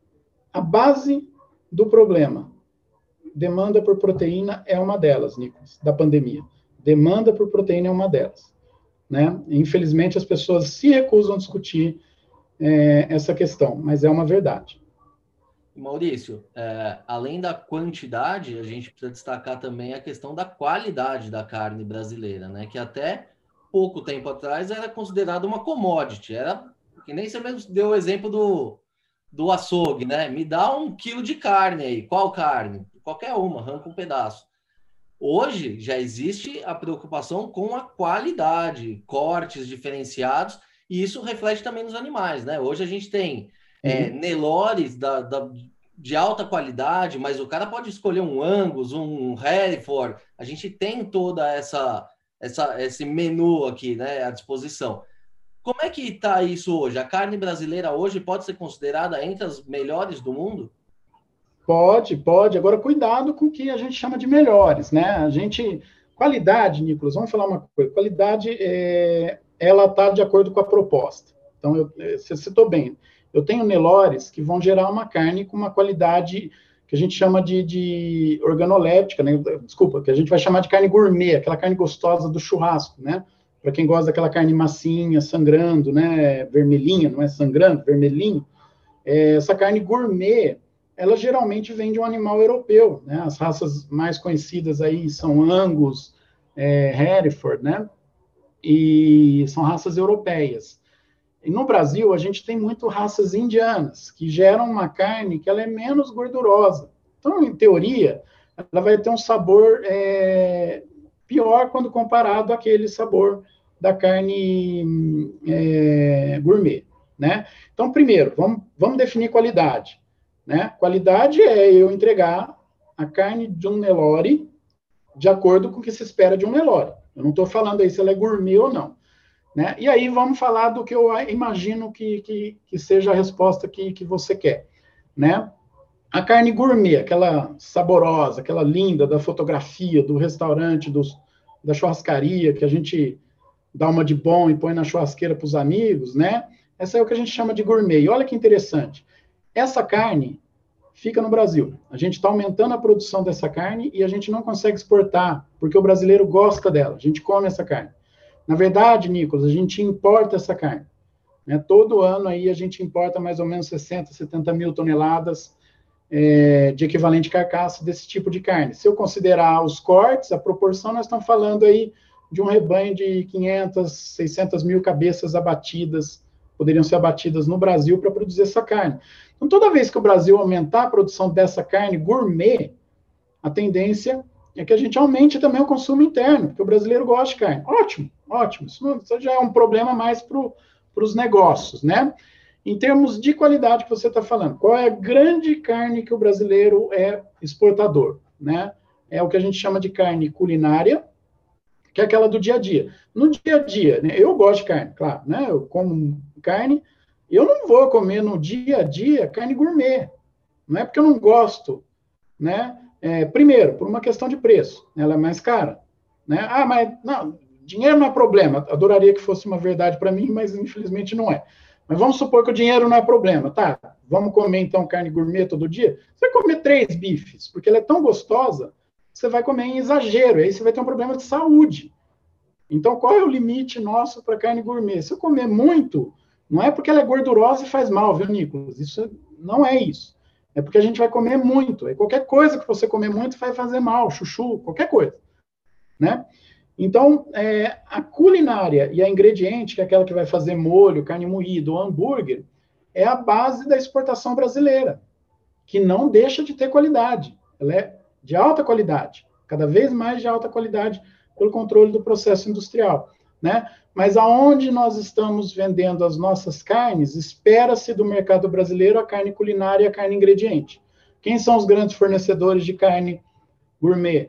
a base do problema, demanda por proteína é uma delas, Nicolas, da pandemia. Demanda por proteína é uma delas, né? Infelizmente, as pessoas se recusam a discutir é, essa questão, mas é uma verdade. Maurício, é, além da quantidade, a gente precisa destacar também a questão da qualidade da carne brasileira, né? Que até pouco tempo atrás era considerada uma commodity, era que nem você mesmo deu o exemplo do, do açougue, né? Me dá um quilo de carne aí, qual carne? Qualquer uma, arranca um pedaço. Hoje já existe a preocupação com a qualidade, cortes diferenciados, e isso reflete também nos animais, né? Hoje a gente tem é, uhum. Nelores da, da, de alta qualidade, mas o cara pode escolher um Angus, um Hereford. A gente tem toda essa, essa esse menu aqui, né, à disposição. Como é que está isso hoje? A carne brasileira hoje pode ser considerada entre as melhores do mundo? Pode, pode. Agora, cuidado com o que a gente chama de melhores, né? A gente... Qualidade, Nicolas, vamos falar uma coisa. Qualidade, é, ela está de acordo com a proposta. Então, eu, você citou bem. Eu tenho Nelores que vão gerar uma carne com uma qualidade que a gente chama de, de organoléptica, né? Desculpa, que a gente vai chamar de carne gourmet, aquela carne gostosa do churrasco, né? Para quem gosta daquela carne massinha, sangrando, né? Vermelhinha, não é sangrando, vermelhinho. É, essa carne gourmet, ela geralmente vem de um animal europeu, né? As raças mais conhecidas aí são Angus, é, Hereford, né? E são raças europeias. E no Brasil, a gente tem muito raças indianas, que geram uma carne que ela é menos gordurosa. Então, em teoria, ela vai ter um sabor é, pior quando comparado àquele sabor da carne é, gourmet, né? Então, primeiro, vamos, vamos definir qualidade, né? Qualidade é eu entregar a carne de um Nelore de acordo com o que se espera de um Nelore. Eu não estou falando aí se ela é gourmet ou não. Né? E aí vamos falar do que eu imagino que, que, que seja a resposta que, que você quer. Né? A carne gourmet, aquela saborosa, aquela linda da fotografia, do restaurante, dos, da churrascaria, que a gente dá uma de bom e põe na churrasqueira para os amigos, né? Essa é o que a gente chama de gourmet. E olha que interessante, essa carne fica no Brasil. A gente está aumentando a produção dessa carne e a gente não consegue exportar, porque o brasileiro gosta dela, a gente come essa carne. Na verdade, Nicolas, a gente importa essa carne. Né? Todo ano aí a gente importa mais ou menos sessenta, setenta mil toneladas é, de equivalente carcaça desse tipo de carne. Se eu considerar os cortes, a proporção, nós estamos falando aí de um rebanho de quinhentas, seiscentas mil cabeças abatidas, poderiam ser abatidas no Brasil para produzir essa carne. Então, toda vez que o Brasil aumentar a produção dessa carne gourmet, a tendência é que a gente aumente também o consumo interno, porque o brasileiro gosta de carne. Ótimo, ótimo. Isso, não, isso já é um problema mais para os negócios, né? Em termos de qualidade que você está falando, qual é a grande carne que o brasileiro é exportador, né? É o que a gente chama de carne culinária, que é aquela do dia a dia. No dia a dia, né? Eu gosto de carne, claro, né? Eu como carne, eu não vou comer no dia a dia carne gourmet. Não é porque eu não gosto, né? É, primeiro, por uma questão de preço, ela é mais cara, né? Ah, mas não, dinheiro não é problema. Adoraria que fosse uma verdade para mim, mas infelizmente não é. Mas vamos supor que o dinheiro não é problema, tá? Vamos comer então carne gourmet todo dia? Você vai comer três bifes, porque ela é tão gostosa, você vai comer em exagero, e aí você vai ter um problema de saúde. Então, qual é o limite nosso para carne gourmet? Se eu comer muito, não é porque ela é gordurosa e faz mal, viu, Nicolas? Isso não é isso. É porque a gente vai comer muito. E qualquer coisa que você comer muito vai fazer mal, chuchu, qualquer coisa. Né? Então, é, a culinária e a ingrediente, que é aquela que vai fazer molho, carne moída ou hambúrguer, é a base da exportação brasileira, que não deixa de ter qualidade. Ela é de alta qualidade, cada vez mais de alta qualidade pelo controle do processo industrial. Né? Mas aonde nós estamos vendendo as nossas carnes, espera-se do mercado brasileiro a carne culinária e a carne ingrediente. Quem são os grandes fornecedores de carne gourmet?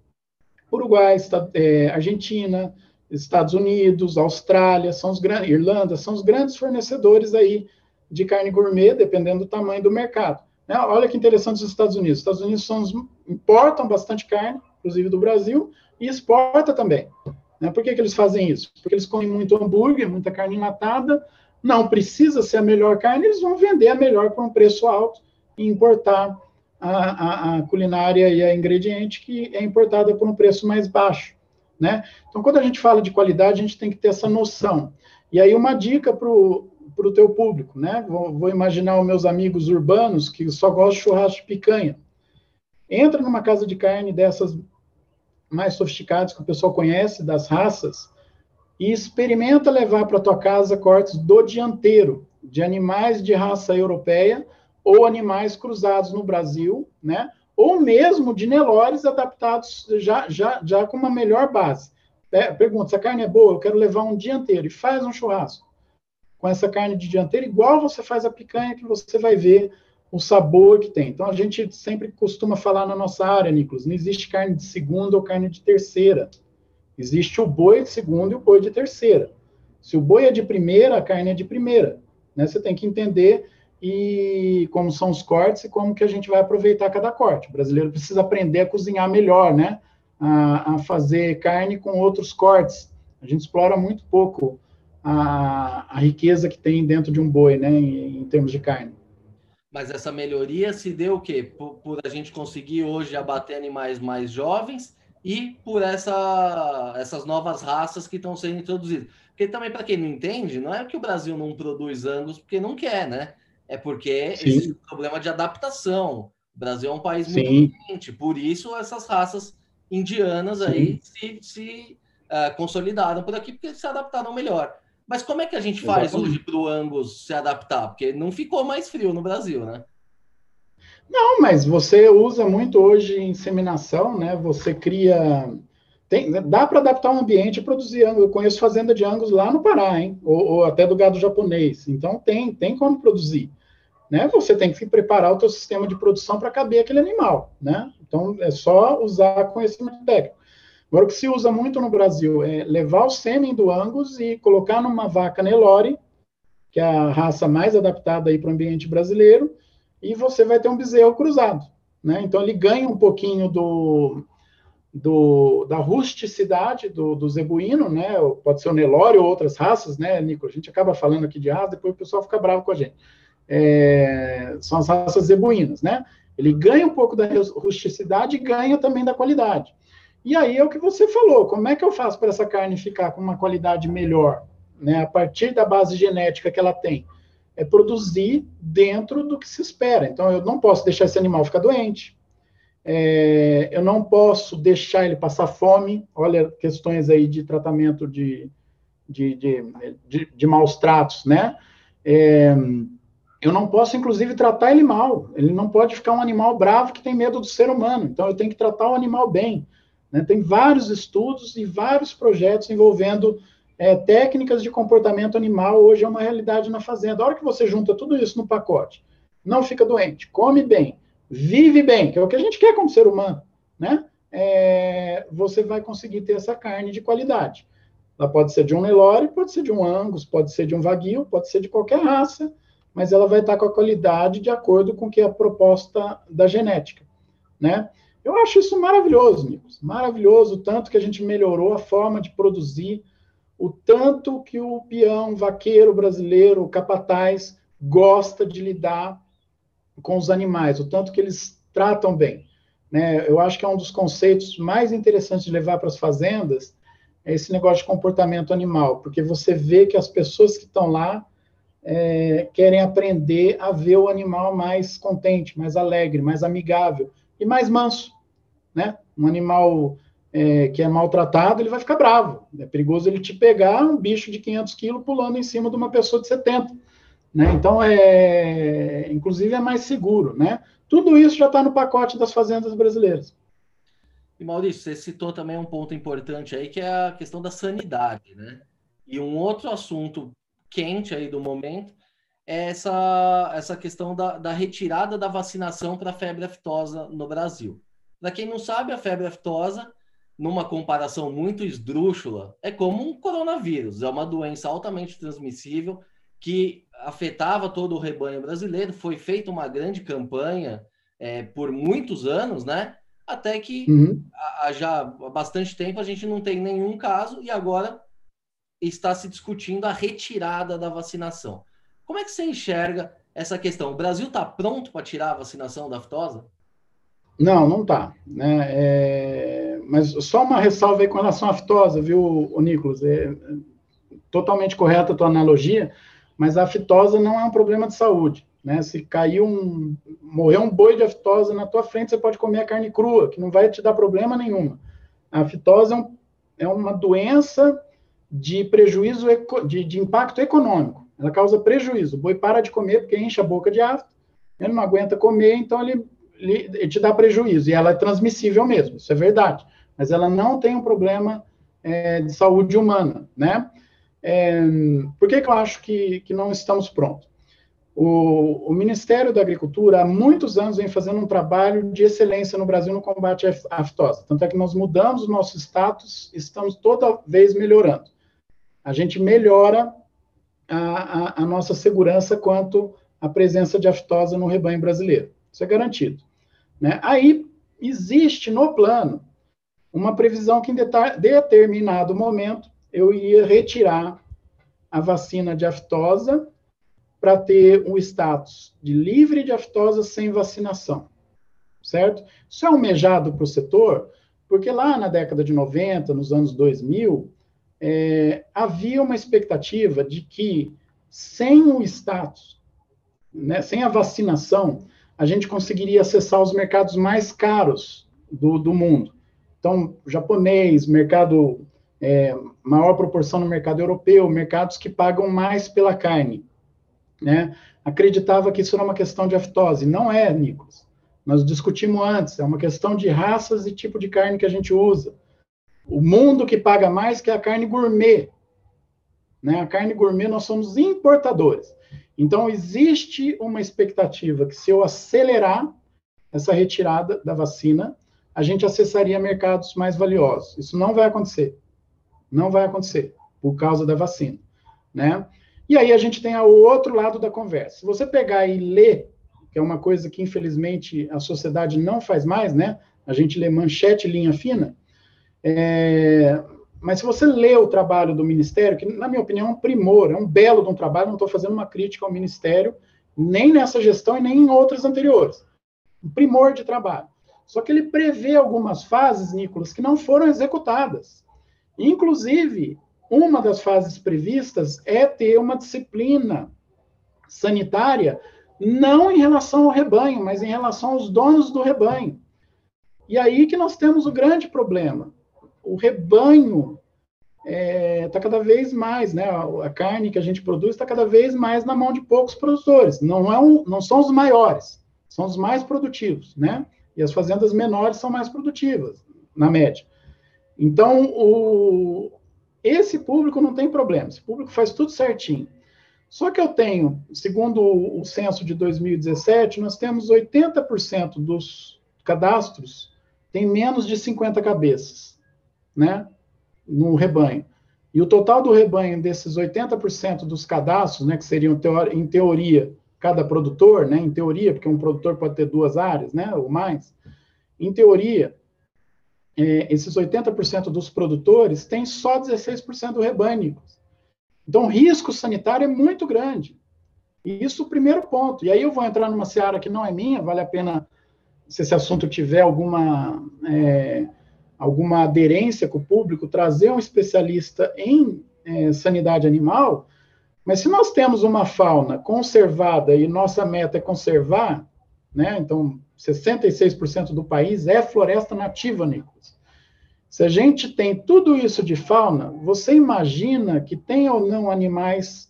Uruguai, é, Argentina, Estados Unidos, Austrália, são os grandes, Irlanda, são os grandes fornecedores aí de carne gourmet, dependendo do tamanho do mercado. Né? Olha que interessante os Estados Unidos. Os Estados Unidos são os, importam bastante carne, inclusive do Brasil, e exporta também. Né? Por que, que eles fazem isso? Porque eles comem muito hambúrguer, muita carne enlatada, não precisa ser a melhor carne, eles vão vender a melhor por um preço alto, e importar a, a, a culinária e a ingrediente que é importada por um preço mais baixo, né? Então, quando a gente fala de qualidade, a gente tem que ter essa noção. E aí, uma dica para o teu público, né? Vou, vou imaginar os meus amigos urbanos que só gostam de churrasco de picanha. Entra numa casa de carne dessas mais sofisticadas que o pessoal conhece, das raças, e experimenta levar para tua casa cortes do dianteiro, de animais de raça europeia ou animais cruzados no Brasil, né? Ou mesmo de Nelores adaptados já, já, já com uma melhor base. Pergunta, se a carne é boa, eu quero levar um dianteiro, e faz um churrasco com essa carne de dianteiro, igual você faz a picanha, que você vai ver o sabor que tem. Então, a gente sempre costuma falar na nossa área, Nicolas, não existe carne de segunda ou carne de terceira. Existe o boi de segunda e o boi de terceira. Se o boi é de primeira, a carne é de primeira. Né? Você tem que entender e como são os cortes e como que a gente vai aproveitar cada corte. O brasileiro precisa aprender a cozinhar melhor, né? A, a fazer carne com outros cortes. A gente explora muito pouco a, a riqueza que tem dentro de um boi, né? Em, em termos de carne. Mas essa melhoria se deu o quê? Por, por a gente conseguir hoje abater animais mais jovens e por essa, essas novas raças que estão sendo introduzidas. Porque também, para quem não entende, não é que o Brasil não produz Angus porque não quer, né? É porque Sim. existe um problema de adaptação. O Brasil é um país muito Sim. quente, por isso essas raças indianas aí se, se uh, consolidaram por aqui, porque se adaptaram melhor. Mas como é que a gente faz Exatamente. Hoje para o Angus se adaptar? Porque não ficou mais frio no Brasil, né? Não, mas você usa muito hoje inseminação, né? Você cria... Tem, dá para adaptar um ambiente e produzir Angus. Eu conheço fazenda de Angus lá no Pará, hein? Ou, ou até do gado japonês. Então, tem, tem como produzir. Né? Você tem que preparar o teu sistema de produção para caber aquele animal, né? Então, é só usar conhecimento técnico. Agora, o que se usa muito no Brasil é levar o sêmen do Angus e colocar numa vaca Nelore, que é a raça mais adaptada para o ambiente brasileiro, e você vai ter um bezerro cruzado, né? Então, ele ganha um pouquinho do, do, da rusticidade do, do zebuíno, né? Pode ser o Nelore ou outras raças, né, Nico? A gente acaba falando aqui de raça, depois o pessoal fica bravo com a gente. É, são as raças zebuínas, né? Ele ganha um pouco da rusticidade e ganha também da qualidade. E aí é o que você falou, como é que eu faço para essa carne ficar com uma qualidade melhor, né? A partir da base genética que ela tem, é produzir dentro do que se espera. Então, eu não posso deixar esse animal ficar doente, é, eu não posso deixar ele passar fome, olha questões aí de tratamento de, de, de, de, de maus tratos, né? É, eu não posso, inclusive, tratar ele mal. Ele não pode ficar um animal bravo que tem medo do ser humano. Então, eu tenho que tratar o animal bem. Né? Tem vários estudos e vários projetos envolvendo é, técnicas de comportamento animal. Hoje é uma realidade na fazenda. A hora que você junta tudo isso no pacote, não fica doente, come bem, vive bem, que é o que a gente quer como ser humano, né? É, você vai conseguir ter essa carne de qualidade. Ela pode ser de um Nelore, pode ser de um Angus, pode ser de um Wagyu, pode ser de qualquer raça, mas ela vai estar com a qualidade de acordo com o que é a proposta da genética, né? Eu acho isso maravilhoso, Nicolas, maravilhoso, o tanto que a gente melhorou a forma de produzir, o tanto que o peão, vaqueiro brasileiro, o capataz, gosta de lidar com os animais, o tanto que eles tratam bem, né? Eu acho que é um dos conceitos mais interessantes de levar para as fazendas, é esse negócio de comportamento animal, porque você vê que as pessoas que estão lá É, querem aprender a ver o animal mais contente, mais alegre, mais amigável e mais manso, né? Um animal é, que é maltratado, ele vai ficar bravo. É perigoso ele te pegar um bicho de quinhentos quilos pulando em cima de uma pessoa de setenta, né? Então, é, inclusive, é mais seguro, né? Tudo isso já está no pacote das fazendas brasileiras. E Maurício, você citou também um ponto importante aí, que é a questão da sanidade, né? E um outro assunto quente aí do momento é essa, essa questão da, da retirada da vacinação para a febre aftosa no Brasil. Para quem não sabe, a febre aftosa, numa comparação muito esdrúxula, é como um coronavírus, é uma doença altamente transmissível que afetava todo o rebanho brasileiro. Foi feita uma grande campanha é, por muitos anos, né? Até que uhum. há já há bastante tempo a gente não tem nenhum caso e agora está se discutindo a retirada da vacinação. Como é que você enxerga essa questão. O Brasil está pronto para tirar a vacinação da aftosa? Não, não está. Né? É... Mas só uma ressalva aí com relação à aftosa, viu, Nicolas? É totalmente correta a tua analogia, mas a aftosa não é um problema de saúde. Né? Se caiu um... morreu um boi de aftosa na tua frente, você pode comer a carne crua, que não vai te dar problema nenhuma. A aftosa é, um... é uma doença de prejuízo, eco... de, de impacto econômico. Ela causa prejuízo. O boi para de comer porque enche a boca de afta, ele não aguenta comer, então ele, ele te dá prejuízo. E ela é transmissível mesmo, isso é verdade. Mas ela não tem um problema é, de saúde humana, né? É, por que, que eu acho que, que não estamos prontos? O, o Ministério da Agricultura, há muitos anos, vem fazendo um trabalho de excelência no Brasil no combate à aftosa. Tanto é que nós mudamos o nosso status, estamos toda vez melhorando. A gente melhora a, a, a nossa segurança quanto à presença de aftosa no rebanho brasileiro. Isso é garantido. Né? Aí, existe no plano uma previsão que em determinado momento eu ia retirar a vacina de aftosa para ter um status de livre de aftosa sem vacinação, certo? Isso é almejado para o setor, porque lá na década de noventa, nos anos dois mil, é, havia uma expectativa de que sem o status, né, sem a vacinação, a gente conseguiria acessar os mercados mais caros do, do mundo. Então, japonês, mercado, é, maior proporção no mercado europeu, mercados que pagam mais pela carne. Né? Acreditava que isso era uma questão de aftose. Não é, Nicolas. Nós discutimos antes, é uma questão de raças e tipo de carne que a gente usa. O mundo que paga mais que é a carne gourmet. Né? A carne gourmet nós somos importadores. Então, existe uma expectativa que se eu acelerar essa retirada da vacina, a gente acessaria mercados mais valiosos. Isso não vai acontecer. Não vai acontecer, por causa da vacina. Né? E aí a gente tem o outro lado da conversa. Se você pegar e ler, que é uma coisa que, infelizmente, a sociedade não faz mais, né? A gente lê manchete, linha fina. É... Mas se você lê o trabalho do Ministério, que, na minha opinião, é um primor, é um belo de um trabalho, não estou fazendo uma crítica ao Ministério, nem nessa gestão e nem em outras anteriores. Um primor de trabalho. Só que ele prevê algumas fases, Nicolas, que não foram executadas. Inclusive, uma das fases previstas é ter uma disciplina sanitária, não em relação ao rebanho, mas em relação aos donos do rebanho. E aí que nós temos o grande problema. O rebanho está é, cada vez mais, né? A carne que a gente produz está cada vez mais na mão de poucos produtores. Não, é um, não são os maiores, são os mais produtivos, né? E as fazendas menores são mais produtivas, na média. Então, o, esse público não tem problema, esse público faz tudo certinho. Só que eu tenho, segundo o censo de dois mil e dezessete, nós temos oitenta por cento dos cadastros tem menos de cinquenta cabeças, né, no rebanho. E o total do rebanho desses oitenta por cento dos cadastros, né, que seriam, em teoria, cada produtor, né, em teoria, porque um produtor pode ter duas áreas, né, ou mais, em teoria, é, esses oitenta por cento dos produtores têm só dezesseis por cento do rebanho. Então, o risco sanitário é muito grande. E isso é o primeiro ponto. E aí eu vou entrar numa seara que não é minha, vale a pena, se esse assunto tiver alguma, é, alguma aderência com o público, trazer um especialista em é, sanidade animal, mas se nós temos uma fauna conservada e nossa meta é conservar, né, então sessenta e seis por cento do país é floresta nativa, Nicolas. Se a gente tem tudo isso de fauna, você imagina que tem ou não animais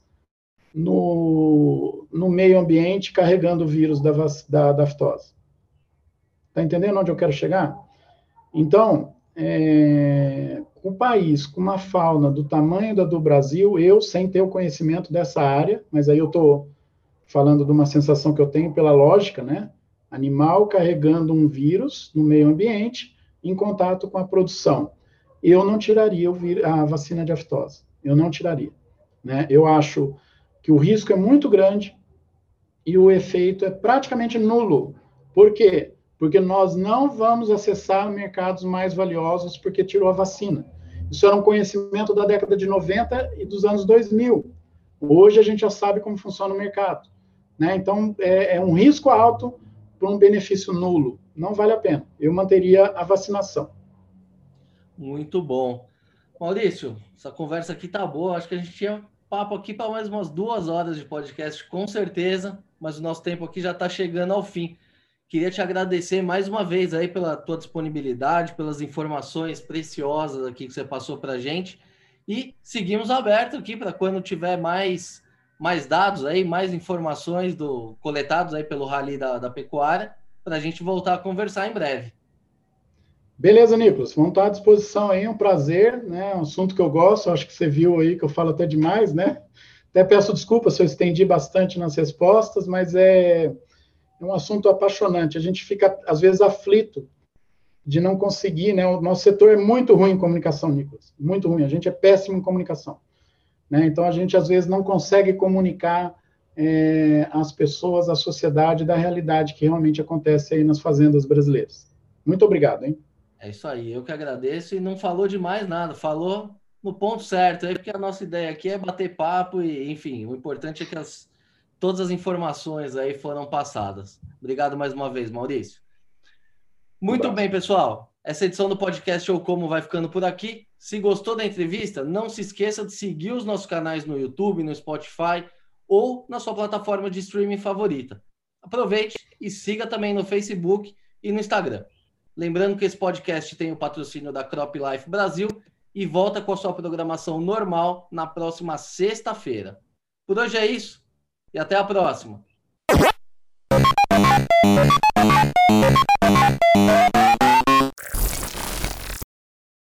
no, no meio ambiente carregando o vírus da, da, da aftose? Está entendendo onde eu quero chegar? Então, é, um país com uma fauna do tamanho da do Brasil, eu, sem ter o conhecimento dessa área, mas aí eu estou falando de uma sensação que eu tenho pela lógica, né? Animal carregando um vírus no meio ambiente em contato com a produção. Eu não tiraria o a vacina de aftose. Eu não tiraria. Né? Eu acho que o risco é muito grande e o efeito é praticamente nulo. Por quê? Porque nós não vamos acessar mercados mais valiosos porque tirou a vacina. Isso era um conhecimento da década de noventa e dos anos dois mil. Hoje a gente já sabe como funciona o mercado. né? Então, é, é um risco alto para um benefício nulo. Não vale a pena. Eu manteria a vacinação. Muito bom. Maurício, essa conversa aqui tá boa. Acho que a gente tinha papo aqui para mais umas duas horas de podcast, com certeza, mas o nosso tempo aqui já está chegando ao fim. Queria te agradecer mais uma vez aí pela tua disponibilidade, pelas informações preciosas aqui que você passou para a gente. E seguimos aberto aqui para quando tiver mais, mais dados aí, mais informações do, coletados aí pelo Rally da, da Pecuária, para a gente voltar a conversar em breve. Beleza, Nicolas, vamos estar à disposição aí, um prazer, né, um assunto que eu gosto, acho que você viu aí que eu falo até demais, né, até peço desculpas se eu estendi bastante nas respostas, mas é, é um assunto apaixonante, a gente fica, às vezes, aflito de não conseguir, né, o nosso setor é muito ruim em comunicação, Nicolas, muito ruim, a gente é péssimo em comunicação, né, então a gente, às vezes, não consegue comunicar é, às pessoas, à sociedade, da realidade que realmente acontece aí nas fazendas brasileiras. Muito obrigado, hein. É isso aí, eu que agradeço e não falou de mais nada, falou no ponto certo, aí, porque a nossa ideia aqui é bater papo e, enfim, o importante é que as, todas as informações aí foram passadas. Obrigado mais uma vez, Maurício. Muito bem, pessoal. Essa edição do podcast Eu Como vai ficando por aqui. Se gostou da entrevista, não se esqueça de seguir os nossos canais no YouTube, no Spotify ou na sua plataforma de streaming favorita. Aproveite e siga também no Facebook e no Instagram. Lembrando que esse podcast tem o patrocínio da Crop Life Brasil e volta com a sua programação normal na próxima sexta-feira. Por hoje é isso e até a próxima.